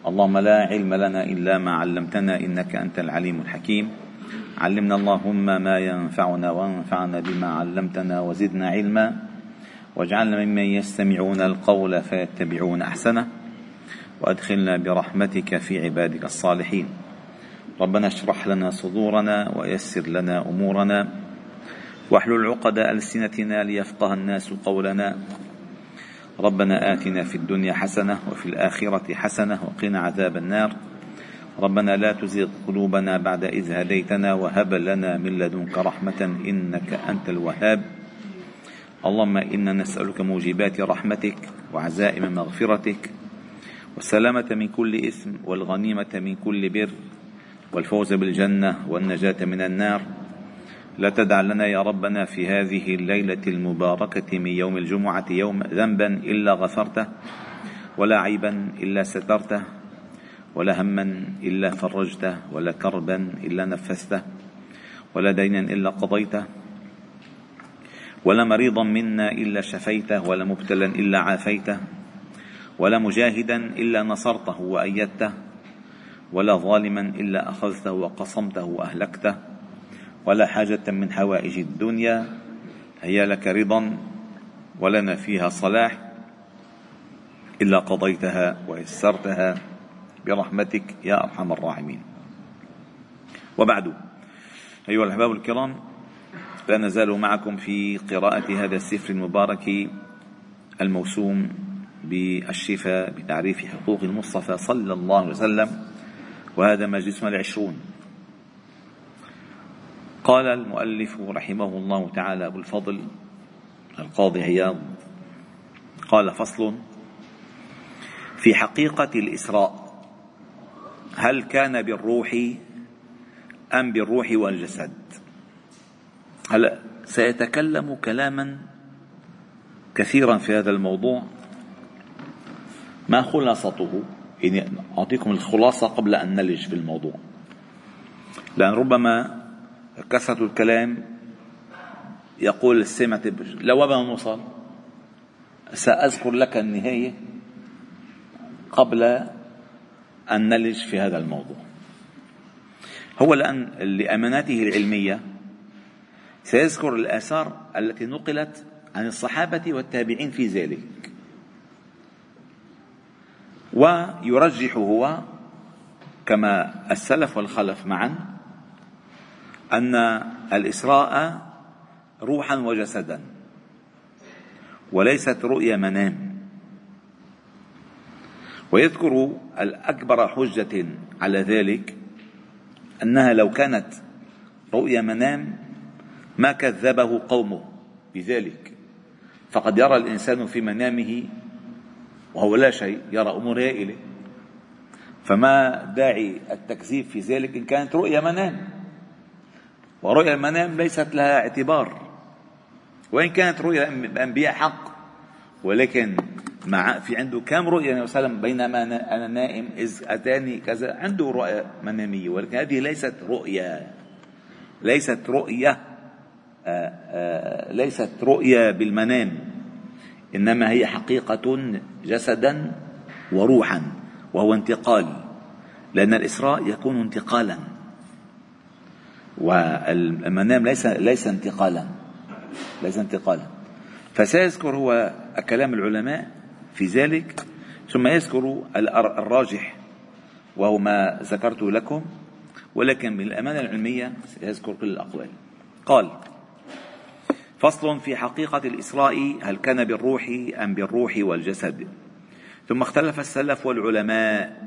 اللهم لا علم لنا إلا ما علمتنا إنك أنت العليم الحكيم. علمنا اللهم ما ينفعنا وانفعنا بما علمتنا وزدنا علما، واجعلنا ممن يستمعون القول فيتبعون أحسنه، وأدخلنا برحمتك في عبادك الصالحين. ربنا اشرح لنا صدورنا ويسر لنا أمورنا، واحلل عقد ألسنتنا ليفقه الناس قولنا. ربنا آتنا في الدنيا حسنة وفي الآخرة حسنة وقنا عذاب النار. ربنا لا تزغ قلوبنا بعد إذ هديتنا وهب لنا من لدنك رحمة إنك أنت الوهاب. اللهم إنا نسألك موجبات رحمتك وعزائم مغفرتك والسلامة من كل إثم والغنيمة من كل بر والفوز بالجنة والنجاة من النار. لا تدع لنا يا ربنا في هذه الليلة المباركة من يوم الجمعة يوم ذنبا إلا غفرته، ولا عيبا إلا سترته، ولا هما إلا فرجته، ولا كربا إلا نفسته، ولا دينا إلا قضيته، ولا مريضا منا إلا شفيته، ولا مبتلا إلا عافيته، ولا مجاهدا إلا نصرته وأيدته، ولا ظالما إلا أخذته وقصمته وأهلكته، ولا حاجة من حوائج الدنيا هي لك رضا ولنا فيها صلاح إلا قضيتها ويسرتها برحمتك يا أرحم الراحمين. وبعد، أيها الأحباب الكرام، لا نزال معكم في قراءة هذا السفر المبارك الموسوم بالشفاء بتعريف حقوق المصطفى صلى الله عليه وسلم، وهذا مجلسنا 20. قال المؤلف رحمه الله تعالى أبو الفضل القاضي عياض، قال: فصل في حقيقة الإسراء، هل كان بالروح أم بالروح والجسد؟ هلأ سيتكلم كلاما كثيرا في هذا الموضوع. ما خلاصته؟ يعني أعطيكم الخلاصة قبل أن نلج في الموضوع، لأن ربما كثرة الكلام يقول السمع لو ما نوصل. سأذكر لك النهاية قبل أن نلج في هذا الموضوع. هو لأن لأماناته العلمية سيذكر الآثار التي نقلت عن الصحابة والتابعين في ذلك، ويرجح هو كما السلف والخلف معا أن الإسراء روحا وجسدا وليست رؤيا منام. ويذكر الأكبر حجة على ذلك أنها لو كانت رؤيا منام ما كذبه قومه بذلك، فقد يرى الإنسان في منامه وهو لا شيء، يرى أمور هائلة، فما داعي التكذيب في ذلك إن كانت رؤيا منام. ورؤيا المنام ليست لها اعتبار، وإن كانت رؤيا الأنبياء حق، ولكن في عنده كم رؤيا النبي صلى الله عليه وسلم بينما أنا نائم إذ أتاني كذا، عنده رؤيا منامية، ولكن هذه ليست رؤيا، ليست رؤيا بالمنام، إنما هي حقيقة جسدا وروحا، وهو انتقال، لأن الإسراء يكون انتقالا، والمنام ليس انتقالا. فسيذكر هو كلام العلماء في ذلك، ثم يذكر الراجح وهو ما ذكرته لكم، ولكن بالأمانة العلمية سيذكر كل الأقوال. قال: فصل في حقيقة الإسراء، هل كان بالروح أم بالروح والجسد؟ ثم اختلف السلف والعلماء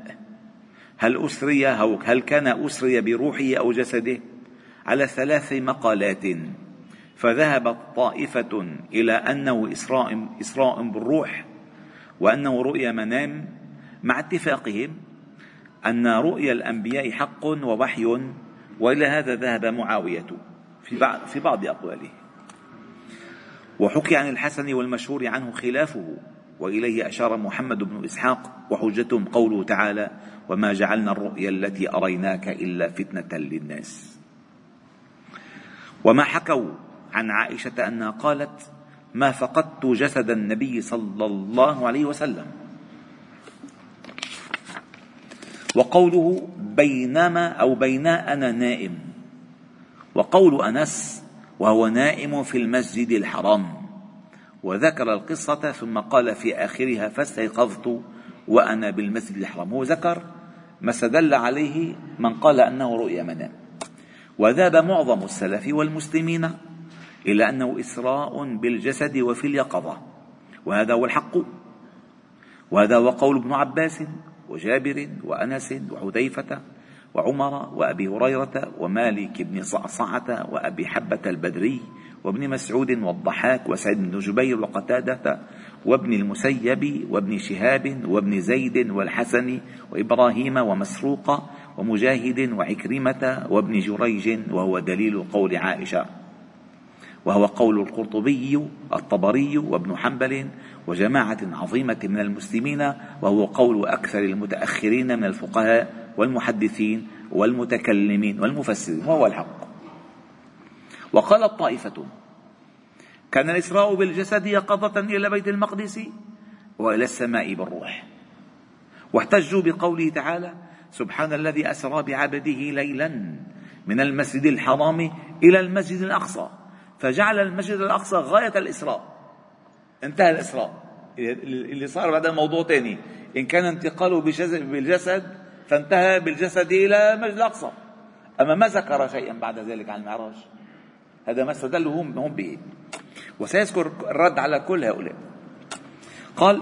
هل كان أسري بروحه أو جسده على 3 مقالات. فذهبت طائفة إلى أنه إسراء بالروح وأنه رؤيا منام، مع اتفاقهم أن رؤيا الأنبياء حق ووحي، وإلى هذا ذهب معاوية في بعض أقواله. وحكي عن الحسن والمشهور عنه خلافه، وإليه أشار محمد بن إسحاق، وحجتهم قوله تعالى: وما جعلنا الرؤيا التي أريناك إلا فتنة للناس. وما حكوا عن عائشة أنها قالت: ما فقدت جسد النبي صلى الله عليه وسلم. وقوله بينما أو بينا أنا نائم، وقول أنس وهو نائم في المسجد الحرام، وذكر القصة ثم قال في آخرها فاستيقظت وأنا بالمسجد الحرام. هو ذكر ما استدل عليه من قال أنه رؤيا منام. وذهب معظم السلف والمسلمين إلى أنه إسراء بالجسد وفي اليقظة، وهذا هو الحق، وهذا هو قول ابن عباس وجابر وأنس وحذيفة وعمر وأبي هريرة ومالك بن صعصعة وأبي حبة البدري وابن مسعود والضحاك وسعيد بن جبير وقتادة وابن المسيب وابن شهاب وابن زيد والحسن وإبراهيم ومسروق ومجاهد وعكرمة وابن جريج، وهو دليل قول عائشة، وهو قول القرطبي الطبري وابن حنبل وجماعة عظيمة من المسلمين، وهو قول أكثر المتأخرين من الفقهاء والمحدثين والمتكلمين والمفسرين، وهو الحق. وقالت طائفة كان الإسراء بالجسد يقظة إلى بيت المقدس وإلى السماء بالروح، واحتجوا بقوله تعالى سبحان الذي أسرى بعبده ليلا من المسجد الحرام إلى المسجد الأقصى، فجعل المسجد الأقصى غاية الإسراء. انتهى الإسراء، اللي صار بعد موضوع تاني، إن كان انتقاله بالجسد فانتهى بالجسد إلى المسجد الأقصى، أما ما ذكر شيئا بعد ذلك عن المعراج. هذا ما استدلوا هم به، وسيذكر الرد على كل هؤلاء. قال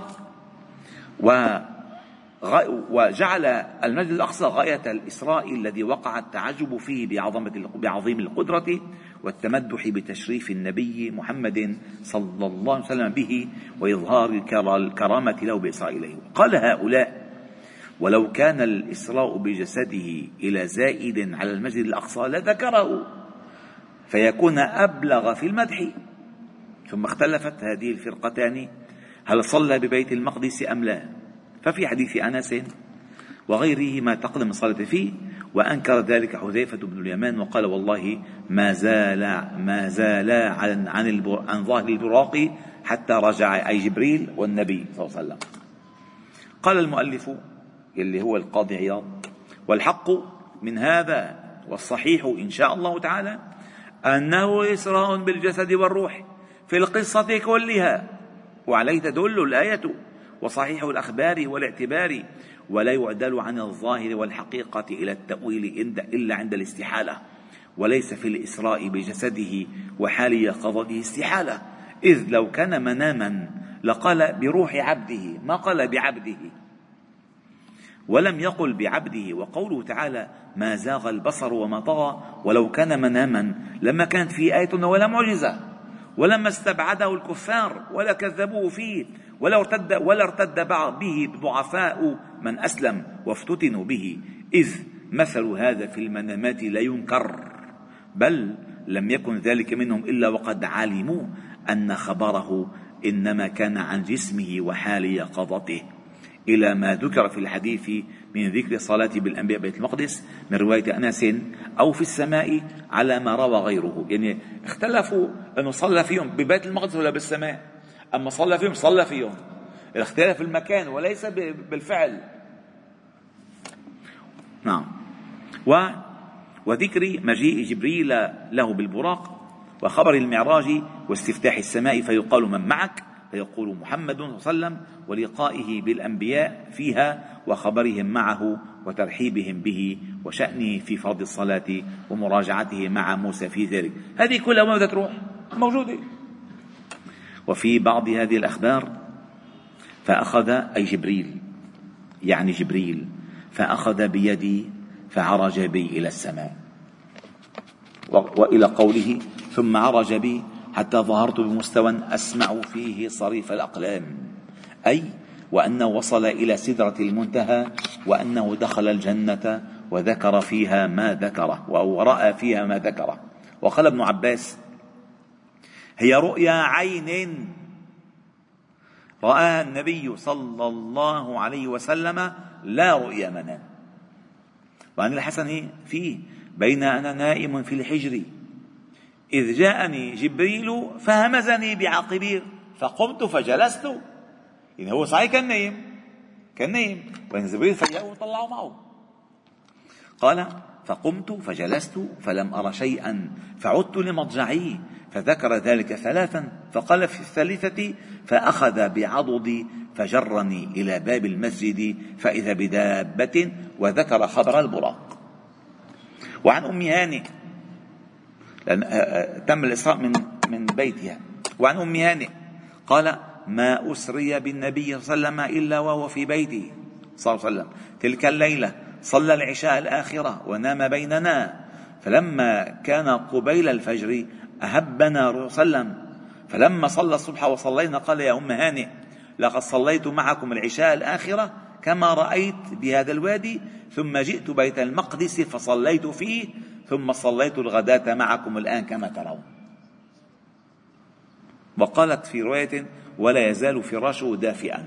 وجعل المسجد الأقصى غاية الإسراء الذي وقع التعجب فيه بعظيم القدرة والتمدح بتشريف النبي محمد صلى الله عليه وسلم به وإظهار الكرامة له بإسراء إليه. قال هؤلاء ولو كان الإسراء بجسده إلى زائد على المسجد الأقصى لذكره فيكون أبلغ في المدح. ثم اختلفت هذه الفرقتان هل صلى ببيت المقدس أم لا، ففي حديث أنس وغيره ما تقدم الصلاة فيه، وأنكر ذلك حذيفة بن اليمان وقال والله ما زال عن ظاهر البراق حتى رجع أي جبريل والنبي صلى الله عليه وسلم. قال المؤلف اللي هو القاضي عياض والحق من هذا والصحيح إن شاء الله تعالى أنه إسراء بالجسد والروح في القصة كلها، وعليه تدل الآية وصحيح الأخبار والاعتبار، ولا يعدل عن الظاهر والحقيقة إلى التأويل إلا عند الاستحالة، وليس في الإسراء بجسده وحال يقظته استحالة، إذ لو كان مناما لقال بروح عبده ما قال بعبده، ولم يقل بعبده. وقوله تعالى ما زاغ البصر وما طغى ولو كان مناما لما كانت في آية ولا معجزة، ولما استبعده الكفار ولا كذبوه فيه ولا ارتد به ضعفاء من أسلم وافتتنوا به، إذ مثل هذا في المنامات لا ينكر، بل لم يكن ذلك منهم إلا وقد علموا أن خبره إنما كان عن جسمه وحال يقظته، إلى ما ذكر في الحديث من ذكر الصلاة بالأنبياء بيت المقدس من رواية أنس أو في السماء على ما روى غيره. يعني اختلفوا أنه صلى فيهم ببيت المقدس ولا بالسماء، أما صلى فيهم الاختلاف في المكان وليس بالفعل. نعم. وذكر مجيء جبريل له بالبراق وخبر المعراج واستفتاح السماء فيقال من معك فيقول محمد صلى الله عليه وسلم، ولقائه بالأنبياء فيها وخبرهم معه وترحيبهم به وشأنه في فرض الصلاة ومراجعته مع موسى في ذلك. هذه كلها ما بدها تروح موجودة. وفي بعض هذه الأخبار فأخذ أي جبريل يعني جبريل فأخذ بيدي فعرج بي إلى السماء، وإلى قوله ثم عرج بي حتى ظهرت بمستوى أسمع فيه صريف الأقلام، أي وأنه وصل إلى سدرة المنتهى، وأنه دخل الجنة وذكر فيها ما ذكره ورأى فيها ما ذكره. وقال ابن عباس هي رؤيا عين رآها النبي صلى الله عليه وسلم لا رؤيا منام. وعن الحسن فيه بين أنا نائم في الحجر إذ جاءني جبريل فهمزني بعقبيه فقمت فجلست. يعني هو صحيح كان نايم وإن جبريل فجاءه وطلعه معه، قال: فقمت فجلست فلم أر شيئا فعدت لمضجعي فذكر ذلك ثلاثا، فقال في الثالثة: فأخذ بعضدي فجرني إلى باب المسجد فإذا بدابة، وذكر خبر البراق. وعن أم هانئ، تم الإسراء من بيتها. وعن أم هانئ قال: ما أسري بالنبي صلى الله عليه وسلم إلا وهو في بيته صلى الله عليه وسلم تلك الليلة، صلى العشاء الآخرة ونام بيننا، فلما كان قبيل الفجر أهبنا صلى الله عليه وسلم، فلما صلى الصبح وصلينا قال: يا أم هانئ، لقد صليت معكم العشاء الآخرة كما رأيت بهذا الوادي، ثم جئت بيت المقدس فصليت فيه، ثم صليت الغداة معكم الآن كما ترون. وقالت في رواية: ولا يزال فراشه دافئا.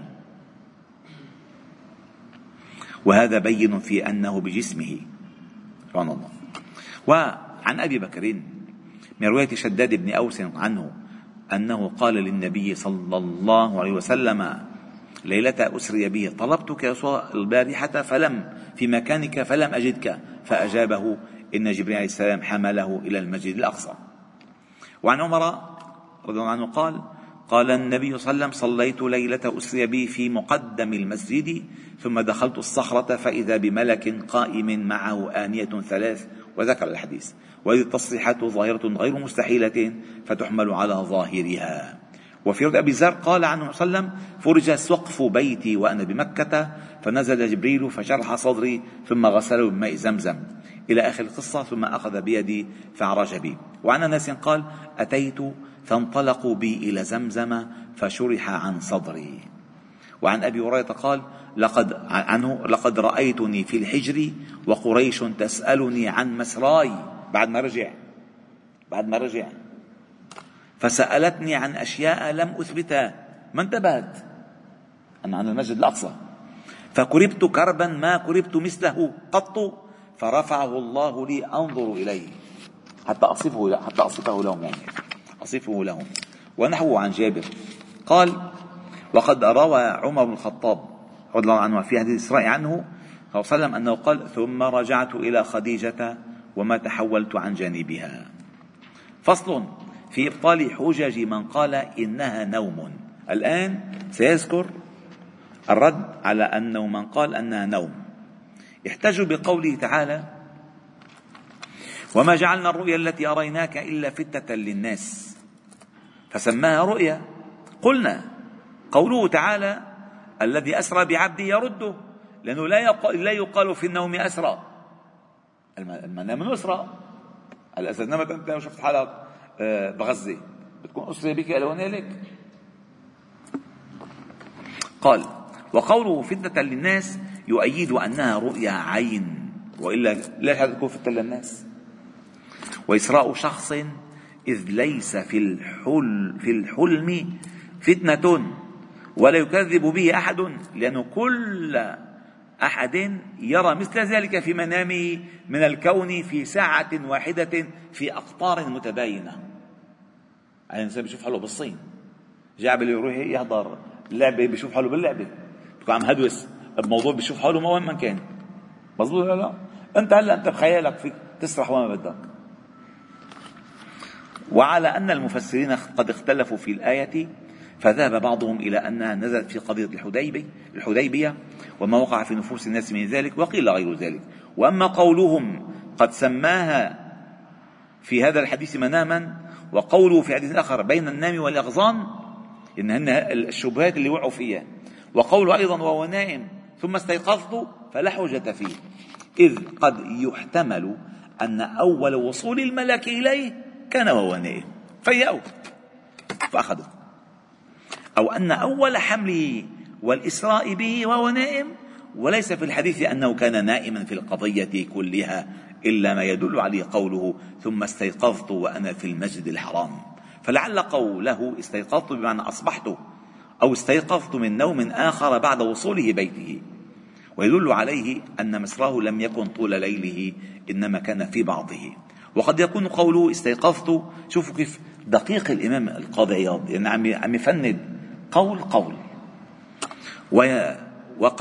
وهذا بين في أنه بجسمه سبحان الله. وعن أبي بكر من رواية شداد بن أوس عنه أنه قال للنبي صلى الله عليه وسلم ليلة أسري به: طلبتك يا رسول الله البارحة في مكانك فلم أجدك، فأجابه: إن جبريل عليه السلام حمله إلى المسجد الأقصى. وعن عمر رضي الله عنه قال النبي صلى الله عليه وسلم: صليت ليلة أسري بي في مقدم المسجد، ثم دخلت الصخرة فإذا بملك قائم معه آنية ثلاث، وذكر الحديث. وإذ التصريحات ظاهرة غير مستحيلة فتحمل على ظاهرها. وفي رواية أبي ذر قال عنه صلى الله عليه وسلم: فرج سقف بيتي وأنا بمكة، فنزل جبريل فشرح صدري ثم غسله بماء زمزم إلى آخر القصة، ثم أخذ بيدي فعرج بي. وعن أنس قال: أتيت فانطلقوا بي إلى زمزم فشرح عن صدري. وعن أبي هريرة قال: لقد رأيتني في الحجر وقريش تسألني عن مسراي بعد ما رجع فسألتني عن أشياء لم أثبتها، ما انتبهت أنا عن المسجد الأقصى، فكربت كربا ما كربت مثله قط، فرفعه الله لي أنظر إليه حتى أصفه لهم، يعني أصفه لهم. ونحوه عن جابر قال: وقد روى عمر بن الخطاب رضي الله عنه في حديث الإسراء عنه صلى الله عليه وسلم أنه قال: ثم رجعت إلى خديجة وما تحولت عن جانبها. فصل في إبطال حجج من قال إنها نوم. الآن سيذكر الرد على أنه من قال أنها نوم. احتجوا بقوله تعالى: وما جعلنا الرؤيا التي أريناك إلا فتنة للناس، فسماها رؤيا. قلنا قوله تعالى: الذي أسرى بعبده يرده، لأنه لا يقال في النوم أسرى، المنام أسرى. الأسد نمت أنت وشفت حالك بغزة بتكون أسرى بك إلى هنالك. قال: وقوله فتنة للناس يؤيد أنها رؤيا عين، وإلا لا تكون فتنة للناس. وإسراء شخص إذ ليس في الحلم فتنة ولا يكذب به أحد، لأنه كل أحد يرى مثل ذلك في منامه من الكون في ساعة واحدة في أقطار متباينة. يعني الإنسان بيشوف حاله بالصين، جاء يروح يحضر اللعبة بيشوف حاله باللعبة، بيكون عم هدوس بموضوع بيشوف حاله ما وين ما كان. مظبوط ولا لا؟ أنت بخيالك فيك تسرح وما بدك. وعلى أن المفسرين قد اختلفوا في الآية، فذهب بعضهم إلى أنها نزلت في قضية الحديبية وما وقع في نفوس الناس من ذلك، وقيل غير ذلك. وأما قولهم قد سماها في هذا الحديث مناما، وقوله في حديث آخر بين النام والإغظان، إنهن الشبهات اللي وقعوا فيها، وقوله أيضا وهو نائم ثم استيقظت، فلا حجة فيه، إذ قد يحتمل أن أول وصول الملك إليه كان وهو نائم فيأوه فأخذه، أو أن أول حمله والإسراء به وهو نائم، وليس في الحديث أنه كان نائما في القضية كلها، إلا ما يدل عليه قوله ثم استيقظت وأنا في المسجد الحرام. فلعل قوله استيقظت بمعنى أصبحت، أو استيقظت من نوم آخر بعد وصوله بيته، ويدل عليه أن مسراه لم يكن طول ليله، إنما كان في بعضه. وقد يكون قوله استيقظت، شوفوا كيف دقيق الإمام القاضي عياض، يعني عم يفند قول. وقد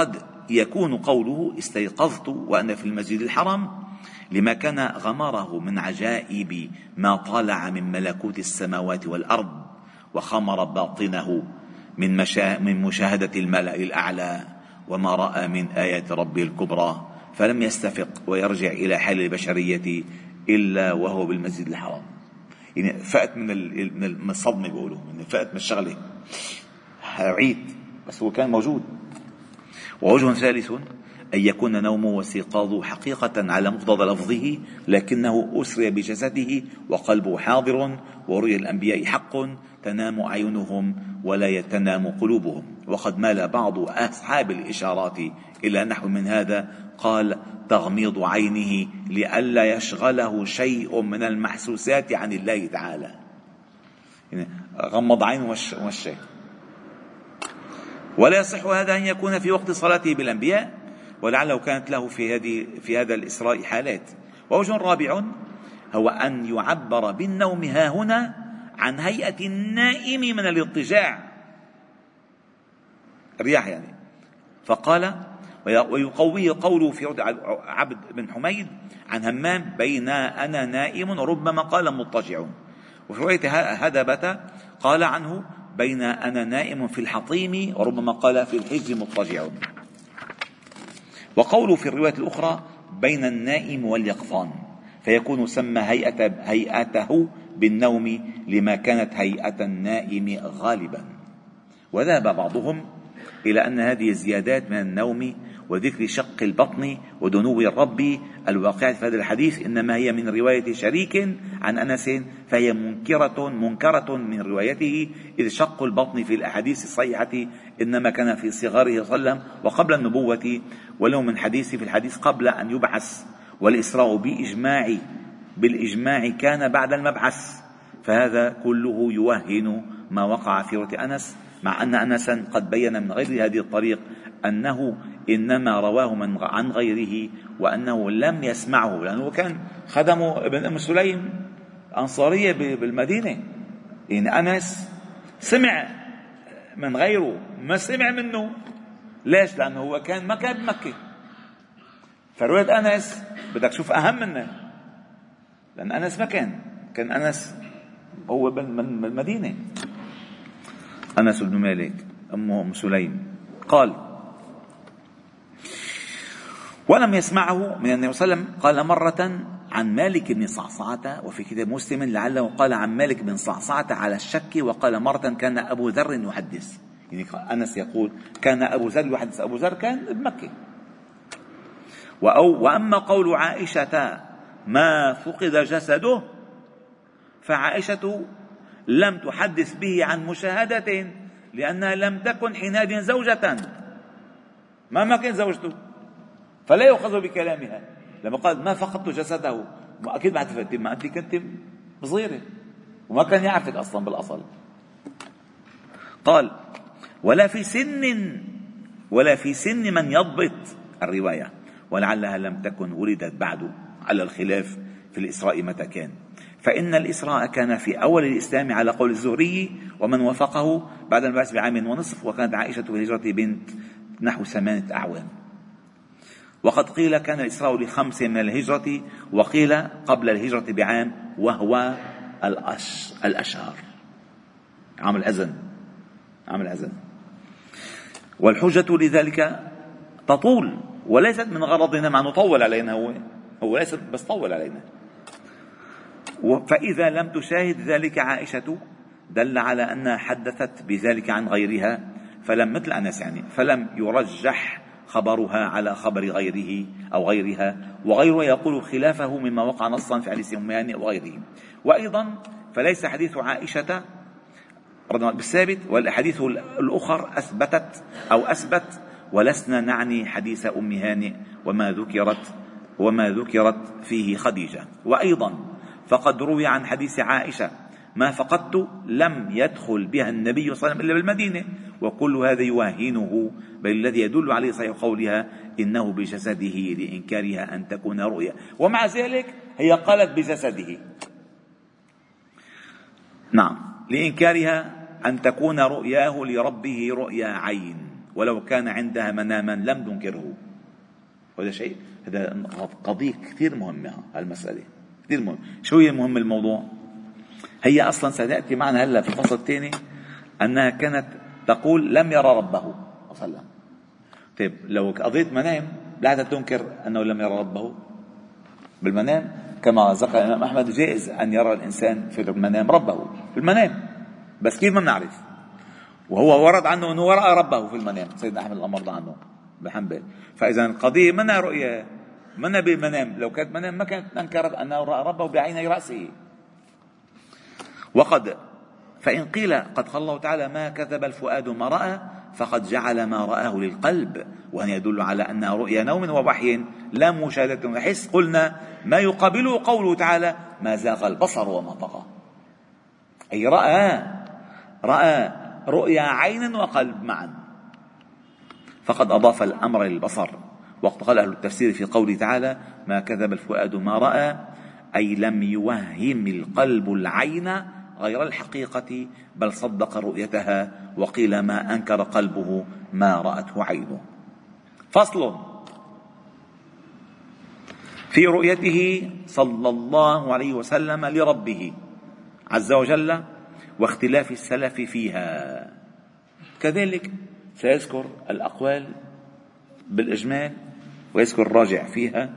يكون قوله استيقظت وأنا في المسجد الحرام لما كان غمره من عجائب ما طالع من ملكوت السماوات والأرض، وخمر باطنه من مشاهدة الملأ الأعلى وما رأى من آيات ربه الكبرى، فلم يستفق ويرجع إلى حال البشرية إلا وهو بالمسجد الحرام. يعني فقت من الصدمة، بيقولوا فقت من الشغلة، عيد، بس هو كان موجود. ووجه ثالث أن يكون نومه واستيقاظه حقيقة على مقتضى لفظه، لكنه أسري بجسده وقلبه حاضر، ورؤيا الأنبياء حق تنام أعينهم ولا تنام قلوبهم. وقد مال بعض أصحاب الإشارات إلى نحو من هذا، قال تغميض عينه لئلا يشغله شيء من المحسوسات عن الله تعالى. يعني غمض عينه ومشى. ولا يصح هذا أن يكون في وقت صلاته بالأنبياء، ولعله كانت له في هذا الإسراء حالات. ووجه رابع هو أن يعبر بالنوم ها هنا عن هيئة النائم من الاضطجاع، الرياح يعني. فقال ويقويه قوله في عبد بن حميد عن همام بين أنا نائم، ربما قال مضطجع. وفي رواية هدبة قال عنه بين أنا نائم في الحطيم، وربما قال في الحج مضطجع. وقوله في الرواية الأخرى بين النائم واليقظان، فيكون سمى هيئته بالنوم لما كانت هيئة النائم غالبا. وذهب بعضهم إلى أن هذه الزيادات من النوم وذكر شق البطن ودنو الرب الواقعة في هذا الحديث إنما هي من رواية شريك عن أنس، فهي منكرة من روايته، إذ شق البطن في الأحاديث الصحيحة إنما كان في صغاره صلى الله عليه وسلم وقبل النبوة، ولو من حديث في الحديث قبل أن يبعث. والإسراء بالإجماع كان بعد المبعث، فهذا كله يوهن ما وقع في رواية أنس، مع أن أنسا قد بين من غير هذه الطريق أنه إنما رواه عن غيره، وأنه لم يسمعه، لأنه كان خدم ابن أم سليم أنصارية بالمدينة. إن أنس سمع من غيره، ما سمع منه. ليش؟ لأنه هو ما كان بمكة. فرواية أنس بدك تشوف أهم منه، لأن أنس ما كان أنس هو من المدينة. أنس بن مالك أمه أم سليم قال ولم يسمعه من النبي صلى الله عليه وسلم. قال مرة عن مالك بن صعصعة، وفي كتاب مسلم لعله قال عن مالك بن صعصعة على الشك، وقال مرة كان أبو ذر يحدث. يعني أنس يقول كان أبو ذر يحدث، أبو ذر كان بمكة. وأما قول عائشة ما فقد جسده، فعائشة لم تحدث به عن مشاهدة، لأنها لم تكن حينئذ زوجة، ما كانت زوجته، فلا يؤخذ بكلامها. لما قال ما فقدت جسده، أكيد ما عرفتي، ما أنت كنت صغيرة وما كان يعرفك أصلا بالأصل. قال ولا في سن من يضبط الرواية، ولعلها لم تكن ولدت بعد، على الخلاف في الإسراء متى كان. فإن الإسراء كان في أول الإسلام على قول الزهري ومن وافقه بعد البعث بعام ونصف، وكانت عائشة في الهجرة بنت نحو 8 أعوام. وقد قيل كان الإسراء ل5 من الهجرة، وقيل قبل الهجرة بعام، وهو الأشهر، عام الأذن. والحجة لذلك تطول، وليست من غرضنا مع نطول علينا، هو ليست بس طول علينا. فإذا لم تشاهد ذلك عائشة دل على أنها حدثت بذلك عن غيرها، فلم مثل أنس يعني، فلم يرجح خبرها على خبر غيره أو غيرها، وغيره يقول خلافه مما وقع نصا في حديث أم هانئ وغيره. وأيضا فليس حديث عائشة بالثابت، والأحاديث الأخر أثبت، ولسنا نعني حديث أم هانئ وما ذكرت فيه خديجة. وأيضا فقد روي عن حديث عائشة ما فقدت لم يدخل بها النبي صلى الله عليه وسلم إلا بالمدينة، وكل هذا يوهنه، بل الذي يدل عليه صحيح قولها إنه بجسده لإنكارها أن تكون رؤيا، ومع ذلك هي قالت بجسده، نعم، لإنكارها أن تكون رؤياه لربه رؤيا عين، ولو كان عندها مناما لم تنكره. وهذا شيء، هذا قضية كثير مهمة. هالمسألة كثير مهمة. شو هي مهم الموضوع؟ هي أصلا سنأتي معنا هلا في الفصل الثاني أنها كانت تقول لم يرى ربه صلى الله عليه وسلم. طيب لو قضيت منام لا تنكر أنه لم يرى ربه بالمنام، كما ذكر الإمام أحمد جائز أن يرى الإنسان في المنام ربه في المنام، بس كيف ما بنعرف. وهو ورد عنه أنه رأى ربه في المنام، سيدنا أحمد الأمر عنه بحنبل. فإذا القضية منها رؤية، منها بالمنام. لو كانت منام ما كانت أنكرت أنه رأى ربه بعيني رأسه. وقد فإن قيل قد قال الله تعالى ما كذب الفؤاد ما رأى، فقد جعل ما رآه للقلب، وأن يدل على أنها رؤيا نوم ووحي لا مشاهدة وحس. قلنا ما يقابله قوله تعالى ما زاغ البصر وما طغى، أي رأى رؤيا عين وقلب معا، فقد أضاف الأمر للبصر. وقد قال أهل التفسير في قوله تعالى ما كذب الفؤاد ما رأى، أي لم يوهم القلب العين غير الحقيقة بل صدق رؤيتها. وقيل ما أنكر قلبه ما رأته عينه. فصل في رؤيته صلى الله عليه وسلم لربه عز وجل واختلاف السلف فيها. كذلك سيذكر الأقوال بالإجمال ويذكر الراجح فيها،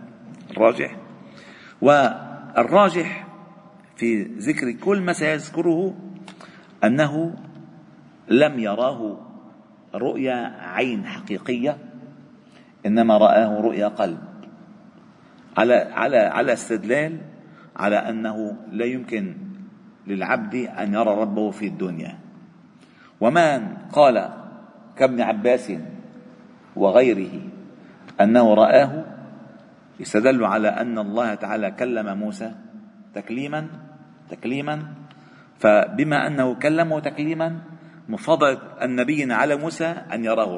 والراجح في ذكر كل ما سيذكره أنه لم يراه رؤيا عين حقيقية، إنما رآه رؤيا قلب، على استدلال على أنه لا يمكن للعبد أن يرى ربه في الدنيا. ومن قال كابن عباس وغيره أنه رآه يستدل على أن الله تعالى كلم موسى تكليما، فبما أنه كلمه تكليما مفضل النبي على موسى أن يراه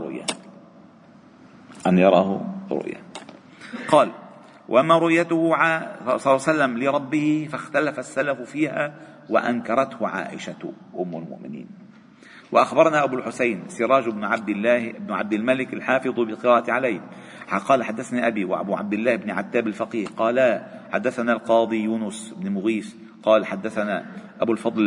رؤيا. قال وما رؤيته صلى الله عليه وسلم لربه فاختلف السلف فيها وأنكرته عائشة أم المؤمنين. وأخبرنا أبو الحسين سراج بن عبد الملك الحافظ بالقراءة عليه قال حدثنا أبي وأبو عبد الله بن عتاب الفقيه قال حدثنا القاضي يونس بن مغيث قال حدثنا أبو الفضل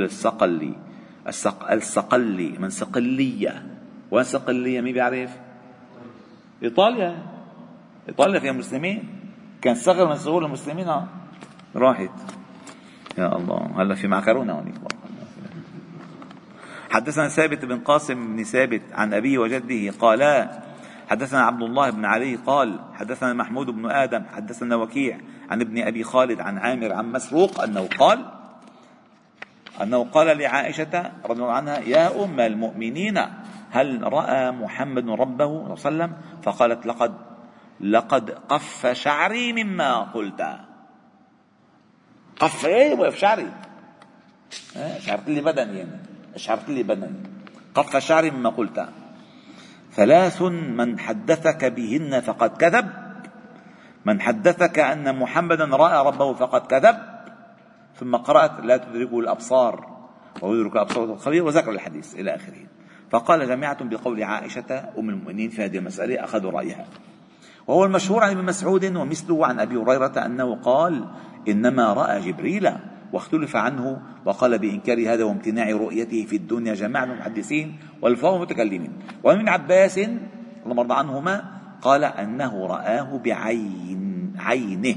الصقلي من صقلية. وين صقلية؟ مين بيعرف؟ إيطاليا فيها مسلمين، كان صغر من صغور المسلمين راحت. يا الله هلا في معكرونة هونيك. حدثنا ثابت بن قاسم بن ثابت عن أبيه وجده قال حدثنا عبد الله بن علي قال حدثنا محمود بن آدم حدثنا وكيع عن ابن أبي خالد عن عامر عن مسروق أنه قال لعائشة رضي الله عنها يا أم المؤمنين هل رأى محمد ربه صلى الله عليه وسلم؟ فقالت لقد قف شعري مما قلت. قف وقف شعري، شعرت لي بدني قف شعري مما قلت. ثلاث من حدثك بهن فقد كذب، من حدثك أن محمدا رأى ربه فقد كذب. ثم قرأت لا تدركه الأبصار ويدرك الأبصار الخبير وذكر الحديث إلى آخره. فقال جماعة بقول عائشة أم المؤمنين في هذه المسألة أخذوا رأيها. وهو المشهور عن ابن مسعود ومثله عن أبي هريرة أنه قال إنما رأى جبريل، واختلف عنه وقال بإنكار هذا وامتناع رؤيته في الدنيا جماعة المحدثين والفقهاء المتكلمين. ومن عباس رضي الله عنهما قال أنه رآه بعينه.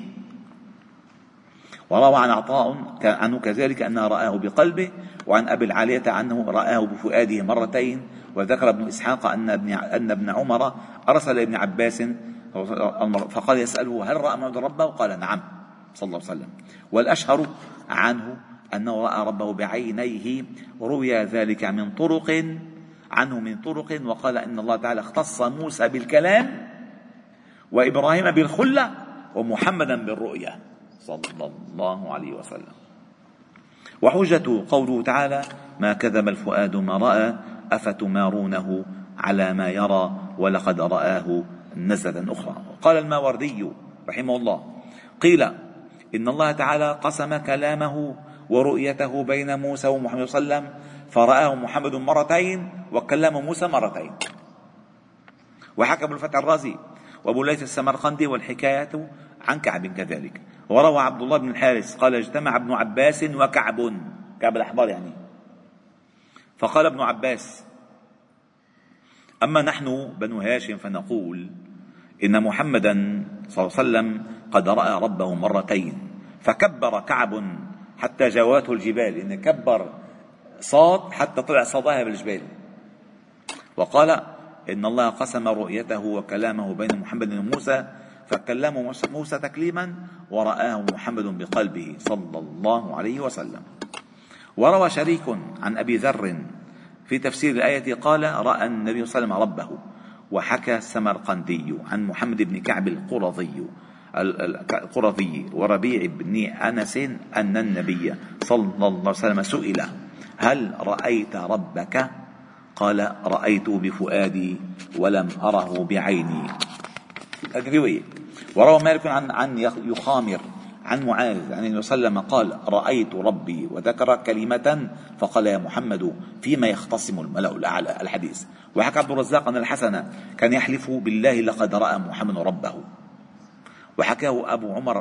وروى عن عطاء عنه كذلك أنه رآه بقلبه، وعن أبي العالية أنه رآه بفؤاده مرتين. وذكر ابن إسحاق أن ابن عمر أرسل ابن عباس فقال يسأله هل رأى محمد ربه؟ قال نعم صلى الله عليه وسلم. والأشهر عنه أنه رأى ربه بعينيه، وروي ذلك من طرق وقال إن الله تعالى اختص موسى بالكلام وإبراهيم بالخلة ومحمدا بالرؤيا صلى الله عليه وسلم. وحجة قوله تعالى ما كذب الفؤاد ما رأى أفتمارونه على ما يرى ولقد رآه نزلة أخرى. قال الماوردي رحمه الله قيل إن الله تعالى قسم كلامه ورؤيته بين موسى ومحمد صلى الله عليه وسلم، فرآه محمد مرتين وكلم موسى مرتين. وحكى ابو الفتح الرازي وابو ليث السمرقندي والحكاية عن كعب كذلك. وروى عبد الله بن الحارث قال اجتمع ابن عباس وكعب، كعب الأحبار يعني، فقال ابن عباس: أما نحن بنو هاشم فنقول إن محمدا صلى الله عليه وسلم قد رأى ربه مرتين، فكبر كعب حتى جاوته الجبال، إن كبر صاد حتى طلع صداها بالجبال. وقال إن الله قسم رؤيته وكلامه بين محمد وموسى، فكلمه موسى تكليما ورآه محمد بقلبه صلى الله عليه وسلم. وروى شريك عن أبي ذر في تفسير الآية قال: رأى النبي صلى الله عليه وسلم ربه. وحكى السمرقندي عن محمد بن كعب القرظي وربيع بن أنس أن النبي صلى الله عليه وسلم سئل: هل رأيت ربك؟ قال: رأيته بفؤادي ولم أره بعيني. هذه رواية. وروى مالك عن يخامر عن معاذ عن النبي صلى الله عليه وسلم قال: رأيت ربي، وذكر كلمة فقال: يا محمد فيما يختصم الملأ الأعلى. الحديث. وحكى عبد الرزاق أن الحسن كان يحلف بالله لقد رأى محمد ربه. وحكاه أبو عمر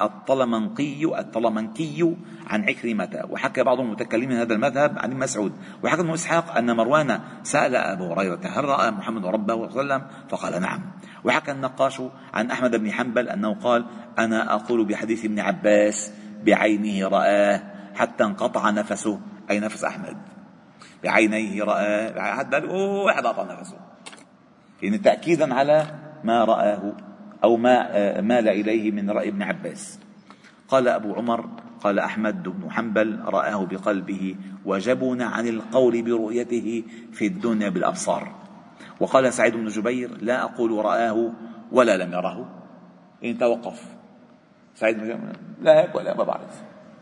الطلمنكي عن عكرمة. وحكى بعض المتكلمين هذا المذهب عن مسعود. وحكى ابن إسحاق أن مروان سأل أبو هريرة: هل رأى محمد ربه صلى الله عليه وسلم؟ فقال: نعم. وحكى النقاش عن أحمد بن حنبل أنه قال: أنا أقول بحديث ابن عباس بعينه رآه حتى انقطع نفسه، أي نفس أحمد، بعينيه رآه حتى انقطع نفسه، يعني تأكيدا على ما رآه أو ما مال إليه من رأي ابن عباس. قال أبو عمر: قال أحمد بن حنبل: رآه بقلبه وجبن عن القول برؤيته في الدنيا بالأبصار. وقال سعيد بن جبير: لا أقول رآه ولا لم يره، إن توقف سعيد بن جبير لا هيك ولا ما بعرف.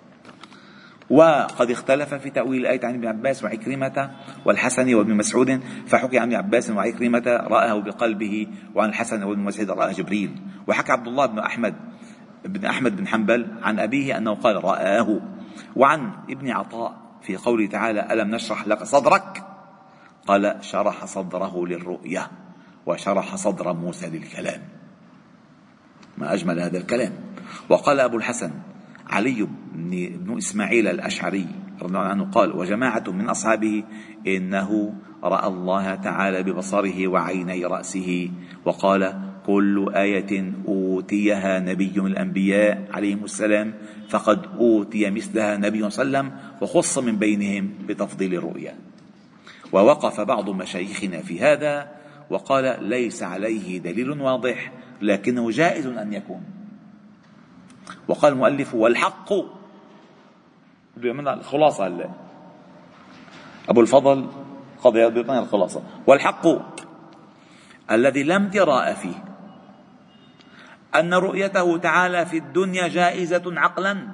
وقد اختلف في تأويل الآية عن ابن عباس وعكرمة والحسن وابن مسعود، فحكي عن ابن عباس وعكرمة رآه بقلبه، وعن الحسن وابن مسعود رآه جبريل. وحكى عبد الله بن أحمد بن حنبل عن أبيه أنه قال: رآه. وعن ابن عطاء في قوله تعالى: ألم نشرح لك صدرك؟ قال: شرح صدره للرؤية وشرح صدر موسى للكلام. ما أجمل هذا الكلام. وقال أبو الحسن علي بن إسماعيل الأشعري رضي الله عنه قال: وجماعة من أصحابه إنه رأى الله تعالى ببصره وعيني رأسه. وقال: كل آية أوتيها نبي من الأنبياء عليهم السلام فقد أوتي مثلها نبي صلى الله عليه وسلم، وخص من بينهم بتفضيل الرؤيا. ووقف بعض مشايخنا في هذا وقال: ليس عليه دليل واضح لكنه جائز أن يكون. وقال المؤلف: والحق، الخلاصة هلا أبو الفضل قضي يضبطنا الخلاصة: والحق الذي لا امتراء فيه أن رؤيته تعالى في الدنيا جائزة عقلا،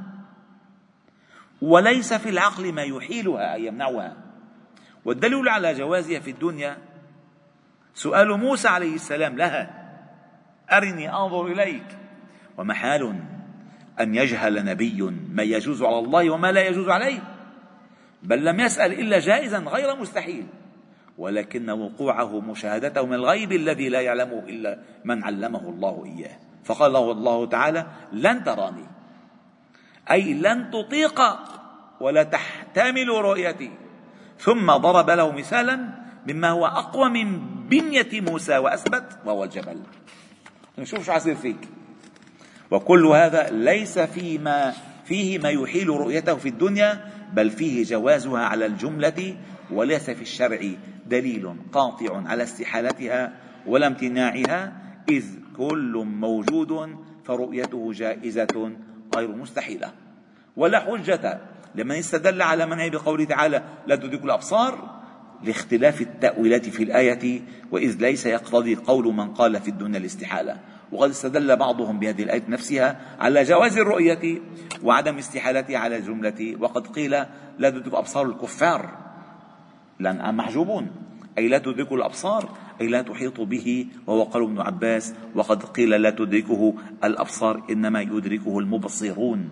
وليس في العقل ما يحيلها أي يمنعها. والدليل على جوازها في الدنيا سؤال موسى عليه السلام لها: أرني أنظر إليك. ومحال أن يجهل نبي ما يجوز على الله وما لا يجوز عليه، بل لم يسأل إلا جائزا غير مستحيل، ولكن وقوعه مشاهدته من الغيب الذي لا يعلمه إلا من علمه الله إياه. فقال الله تعالى: لن تراني، أي لن تطيق ولا تحتمل رؤيتي. ثم ضرب له مثالا مما هو أقوى من بنية موسى وأثبت، وهو الجبل. نشوف شو حصير فيك. وكل هذا ليس فيه ما يحيل رؤيته في الدنيا، بل فيه جوازها على الجملة، وليس في الشرع دليل قاطع على استحالتها ولا امتناعها، إذ كل موجود فرؤيته جائزة غير مستحيلة. ولا حجة لمن استدل على منعه بقوله تعالى: لا تدرك الأبصار، لاختلاف التأويلات في الآية، وإذ ليس يقتضي قول من قال في الدنيا الاستحالة. وقد استدل بعضهم بهذه الآية نفسها على جواز الرؤية وعدم استحالتها على الجملة. وقد قيل: لا تدرك أبصار الكفار لأن محجوبون، أي لا تدرك الأبصار أي لا تحيط به، وهو قول ابن عباس. وقد قيل: لا تدركه الأبصار إنما يدركه المبصرون.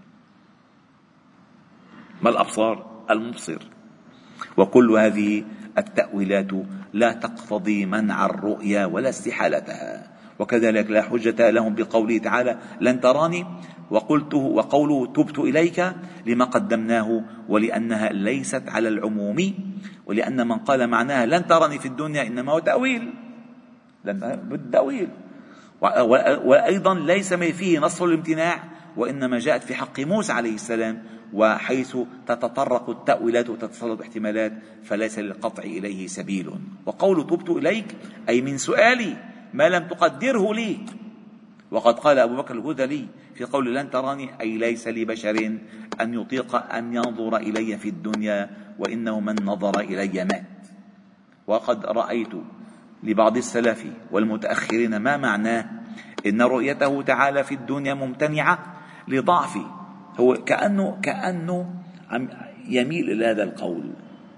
ما الأبصار؟ المبصر. وكل هذه التأويلات لا تقتضي منع الرؤيا ولا استحالتها. وكذلك لا حجة لهم بقوله تعالى لن تراني وقوله تبت إليك لما قدمناه، ولأنها ليست على العموم، ولأن من قال معناها لن تراني في الدنيا إنما هو تأويل، بالتأويل. وأيضا ليس فيه نص الامتناع، وإنما جاءت في حق موسى عليه السلام، وحيث تتطرق التأويلات وتتسلط الاحتمالات فليس للقطع إليه سبيل. وقول تبت إليك أي من سؤالي ما لم تقدره لي. وقد قال أبو بكر الهذلي في قول لن تراني أي ليس لبشر أن يطيق أن ينظر إلي في الدنيا، وإنه من نظر إلي مات. وقد رأيت لبعض السلف والمتأخرين ما معناه إن رؤيته تعالى في الدنيا ممتنعة لضعف، هو كأنه عم يميل إلى هذا القول.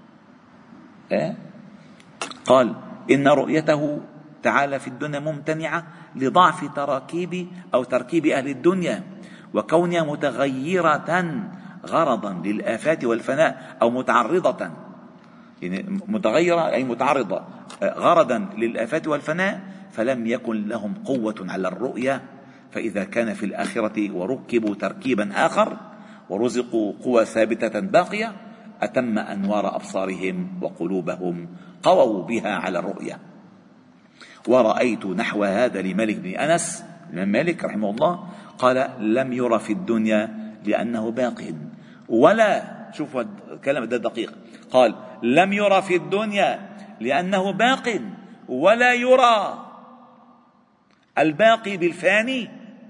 قال إن رؤيته تعالى في الدنيا ممتنعة لضعف تركيب أهل الدنيا، وكونها متغيرة غرضا للآفات والفناء، أو متعرضة، يعني متغيرة أي متعرضة غرضا للآفات والفناء، فلم يكن لهم قوة على الرؤية. فإذا كان في الآخرة وركبوا تركيبا آخر ورزقوا قوى ثابتة باقية أتم أنوار أبصارهم وقلوبهم قووا بها على الرؤية. ورأيت نحو هذا لمالك بن أنس، الإمام مالك رحمه الله قال لم يرى في الدنيا لأنه باق، ولا شوفوا الكلام ده دقيق، قال لم يرى في الدنيا لأنه باق ولا يرى الباقي بالفاني،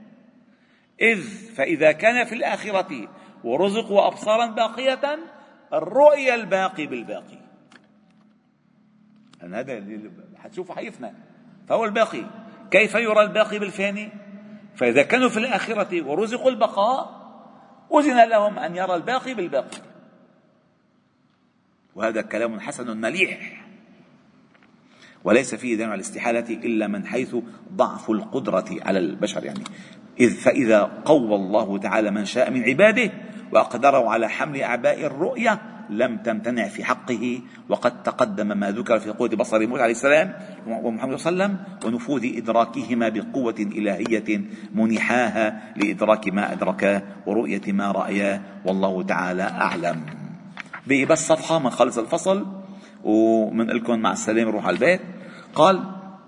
فإذا كان في الآخرة ورزقوا أبصارا باقية الرؤيا الباقي بالباقي. هذا حتشوفوا حيفنى، فهو الباقي. كيف يرى الباقي بالفاني؟ فإذا كانوا في الآخرة ورزقوا البقاء أذن لهم أن يرى الباقي بالباقي. وهذا كلام حسن مليح، وليس فيه دليل على الاستحالة إلا من حيث ضعف القدرة على البشر، يعني فإذا قوى الله تعالى من شاء من عباده وأقدره على حمل أعباء الرؤية لم تمتنع في حقه. وقد تقدم ما ذكر في قوة بصر موسى عليه السلام ومحمد صلى الله عليه وسلم ونفوذ إدراكهما بقوة إلهية منحاها لإدراك ما أدركاه ورؤية ما رأياه، والله تعالى أعلم. بس صفحة من خلص الفصل ومن لكم مع السلامة روح على البيت. قال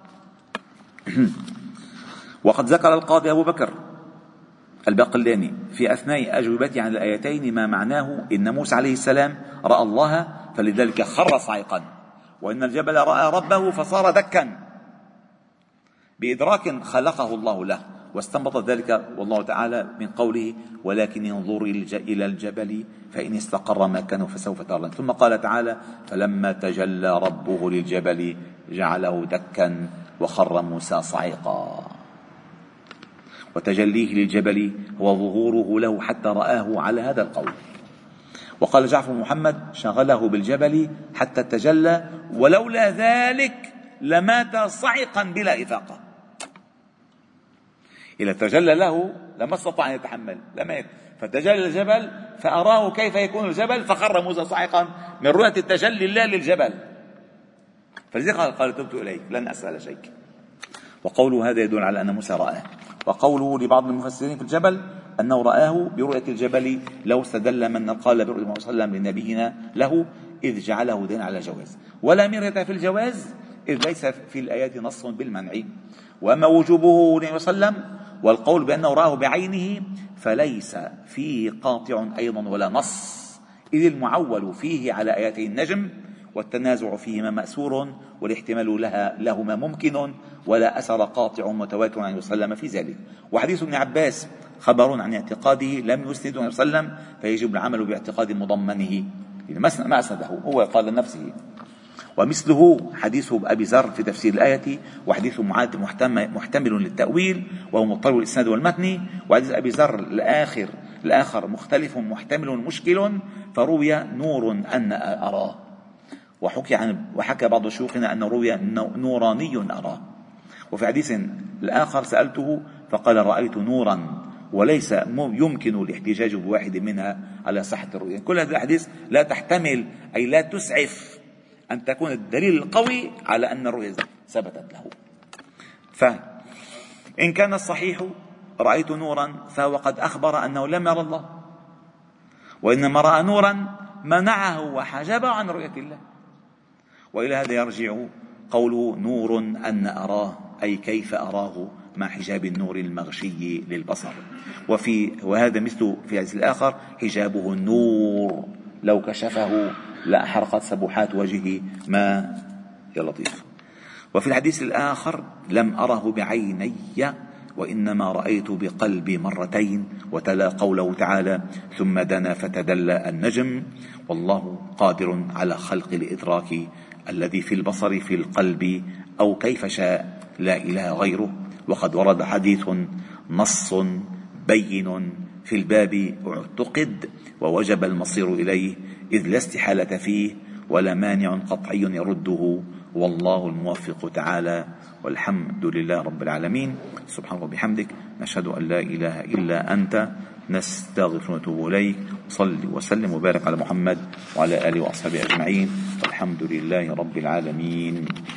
وقد ذكر القاضي أبو بكر الباقلاني في أثناء أجوبته عن الآيتين ما معناه إن موسى عليه السلام رأى الله فلذلك خر صعقا، وإن الجبل رأى ربه فصار دكا بإدراك خلقه الله له، واستنبط ذلك والله تعالى من قوله ولكن انظروا إلى الجبل فإن استقر مكانه فسوف ترون. ثم قال تعالى فلما تجلى ربه للجبل جعله دكا وخر موسى صعقا. وتجليه للجبل هو ظهوره له حتى رآه على هذا القول. وقال جعفر محمد شغله بالجبل حتى تجلى ولولا ذلك لمات صعقا بلا إفاقة. إذا تجلى له لما استطاع أن يتحمل لمات، فتجلى الجبل فأراه كيف يكون الجبل فخر موسى صاعقا من رؤية التجلي الله للجبل. فلذلك قال تبت إليك لن أسأل شيء. وقوله هذا يدل على أن موسى رآه. وقوله لبعض المفسرين في الجبل أنه رآه برؤية الجبل لو استدل من قال برؤية محمد صلى الله عليه وسلم لنبينا له إذ جعله دين على جواز، ولا مرية في الجواز إذ ليس في الآيات نص بالمنع. وأما وجوبه صلى الله عليه وسلم والقول بأنه رآه بعينه فليس فيه قاطع أيضا ولا نص، إذ المعول فيه على آياتي النجم والتنازع فيهما مأسور والاحتمال لهما ممكن، ولا أثر قاطع متواتر عن وسلم في ذلك. وحديث ابن عباس خبر عن اعتقاده لم يسند عن وسلم فيجب العمل باعتقاد مضمنه، ما أسنده هو قال لنفسه. ومثله حديث أبي ذر في تفسير الآية، وحديث معاذ محتمل للتأويل وهو مضطرب الإسناد والمتن، وحديث أبي ذر الآخر مختلف محتمل مشكل فروي نور أن أراه. وحكى بعض شيوخنا أن روي نوراني أراه. وفي حديث الآخر سألته فقال رأيت نورا، وليس يمكن الاحتجاج بواحد منها على صحة الرؤيا. كل هذه الأحاديث لا تحتمل أي لا تسعف أن تكون الدليل القوي على أن الرؤيا ثبتت له. فإن كان الصحيح رأيت نورا فهو قد أخبر أنه لم يرى الله، وإنما رأى نورا منعه وحجبه عن رؤية الله. وإلى هذا يرجع قوله نور أن أراه، أي كيف أراه مع حجاب النور المغشي للبصر. وهذا مثل في الحديث الآخر حجابه النور لو كشفه لأحرقت سبحات وجهه ما يا لطيف. وفي الحديث الآخر لم أره بعيني وإنما رأيت بقلبي مرتين، وتلا قوله تعالى ثم دنا فتدلى النجم. والله قادر على خلق الإدراك الذي في البصر في القلب أو كيف شاء، لا إله غيره. وقد ورد حديث نص بين في الباب اعتقد ووجب المصير إليه، إذ لا استحالة فيه ولا مانع قطعي يرده، والله الموفق تعالى. والحمد لله رب العالمين. سبحانك وبحمدك، نشهد أن لا إله إلا أنت، نستغفر ونتوب إليك. صل وسلم وبارك على محمد وعلى آله وأصحابه أجمعين، والحمد لله رب العالمين.